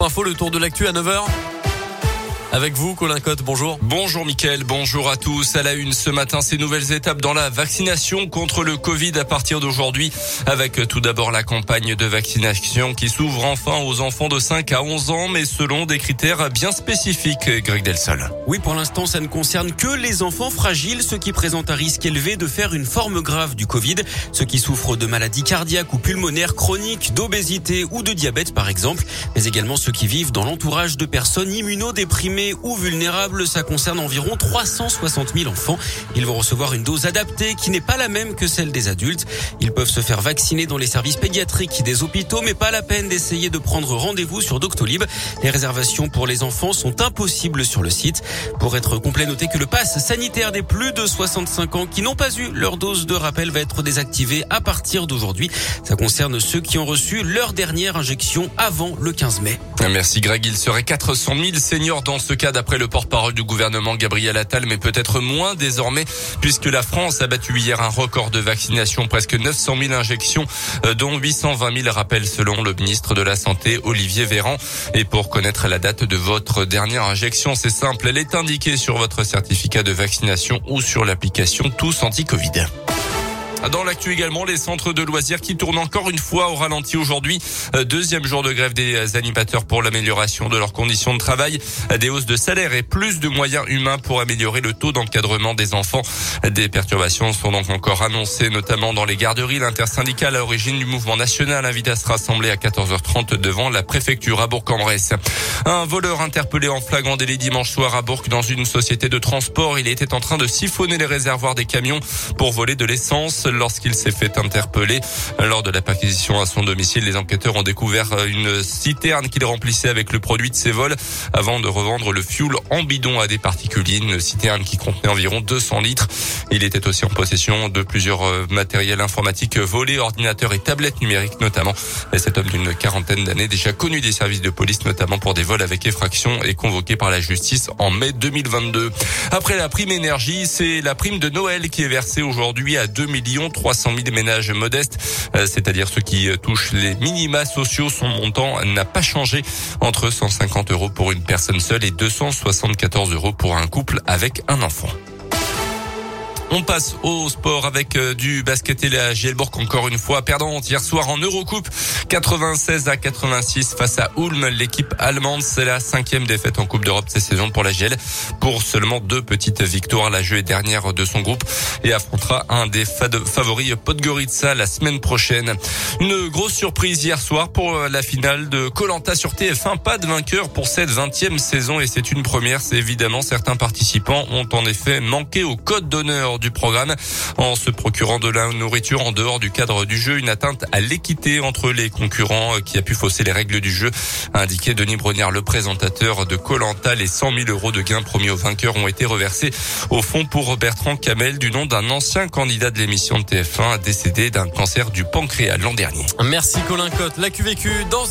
infos, le tour de l'actu à 9h. Avec vous, Colin Cotte, bonjour. Bonjour Mickaël, bonjour à tous. À la une ce matin, ces nouvelles étapes dans la vaccination contre le Covid à partir d'aujourd'hui. Avec tout d'abord la campagne de vaccination qui s'ouvre enfin aux enfants de 5 à 11 ans, mais selon des critères bien spécifiques, Greg Delsol. Oui, pour l'instant, ça ne concerne que les enfants fragiles, ceux qui présentent un risque élevé de faire une forme grave du Covid, ceux qui souffrent de maladies cardiaques ou pulmonaires chroniques, d'obésité ou de diabète par exemple, mais également ceux qui vivent dans l'entourage de personnes immunodéprimées ou vulnérables. Ça concerne environ 360 000 enfants. Ils vont recevoir une dose adaptée qui n'est pas la même que celle des adultes. Ils peuvent se faire vacciner dans les services pédiatriques des hôpitaux, mais pas la peine d'essayer de prendre rendez-vous sur Doctolib. Les réservations pour les enfants sont impossibles sur le site. Pour être complet, notez que le pass sanitaire des plus de 65 ans qui n'ont pas eu leur dose de rappel va être désactivé à partir d'aujourd'hui. Ça concerne ceux qui ont reçu leur dernière injection avant le 15 mai. Merci Greg. Il serait 400 000 seniors dans ce cas d'après le porte-parole du gouvernement Gabriel Attal, mais peut-être moins désormais puisque la France a battu hier un record de vaccination, presque 900 000 injections, dont 820 000 rappels selon le ministre de la Santé Olivier Véran. Et pour connaître la date de votre dernière injection, c'est simple, elle est indiquée sur votre certificat de vaccination ou sur l'application Tous Anti-Covid. Dans l'actu également, les centres de loisirs qui tournent encore une fois au ralenti aujourd'hui. Deuxième jour de grève des animateurs pour l'amélioration de leurs conditions de travail, des hausses de salaire et plus de moyens humains pour améliorer le taux d'encadrement des enfants. Des perturbations sont donc encore annoncées, notamment dans les garderies. L'intersyndicale à l'origine du mouvement national invite à se rassembler à 14h30 devant la préfecture à Bourg-en-Bresse. Un voleur interpellé en flagrant délit dimanche soir à Bourg dans une société de transport. Il était en train de siphonner les réservoirs des camions pour voler de l'essence. Lorsqu'il s'est fait interpeller lors de la perquisition à son domicile, les enquêteurs ont découvert une citerne qu'il remplissait avec le produit de ses vols avant de revendre le fioul en bidon à des particuliers. Une citerne qui contenait environ 200 litres. Il était aussi en possession de plusieurs matériels informatiques volés, ordinateurs et tablettes numériques notamment. Et cet homme d'une quarantaine d'années, déjà connu des services de police, notamment pour des vols avec effraction, est convoqué par la justice en mai 2022. Après la prime énergie, c'est la prime de Noël qui est versée aujourd'hui à 2 300 000 ménages modestes, c'est-à-dire ceux qui touchent les minima sociaux. Son montant n'a pas changé, entre 150 € pour une personne seule et 274 € pour un couple avec un enfant. On passe au sport avec du basket et la Gielbourg encore une fois perdante hier soir en Eurocoupe, 96-86 face à Ulm. L'équipe allemande, c'est la 5e défaite en Coupe d'Europe cette saison pour la Giel. Pour seulement 2 petites victoires, la jeu est dernière de son groupe et affrontera un des favoris Podgorica la semaine prochaine. Une grosse surprise hier soir pour la finale de Koh-Lanta sur TF1. Pas de vainqueur pour cette 20e saison et c'est une première. C'est évidemment, certains participants ont en effet manqué au code d'honneur du programme en se procurant de la nourriture en dehors du cadre du jeu, une atteinte à l'équité entre les concurrents qui a pu fausser les règles du jeu, a indiqué Denis Brognard, le présentateur de Koh-Lanta. Les 100 000 € de gains promis aux vainqueurs ont été reversés au fond pour Bertrand Camel, du nom d'un ancien candidat de l'émission de TF1 décédé d'un cancer du pancréas l'an dernier. Merci Colin Cotte. La QVQ dans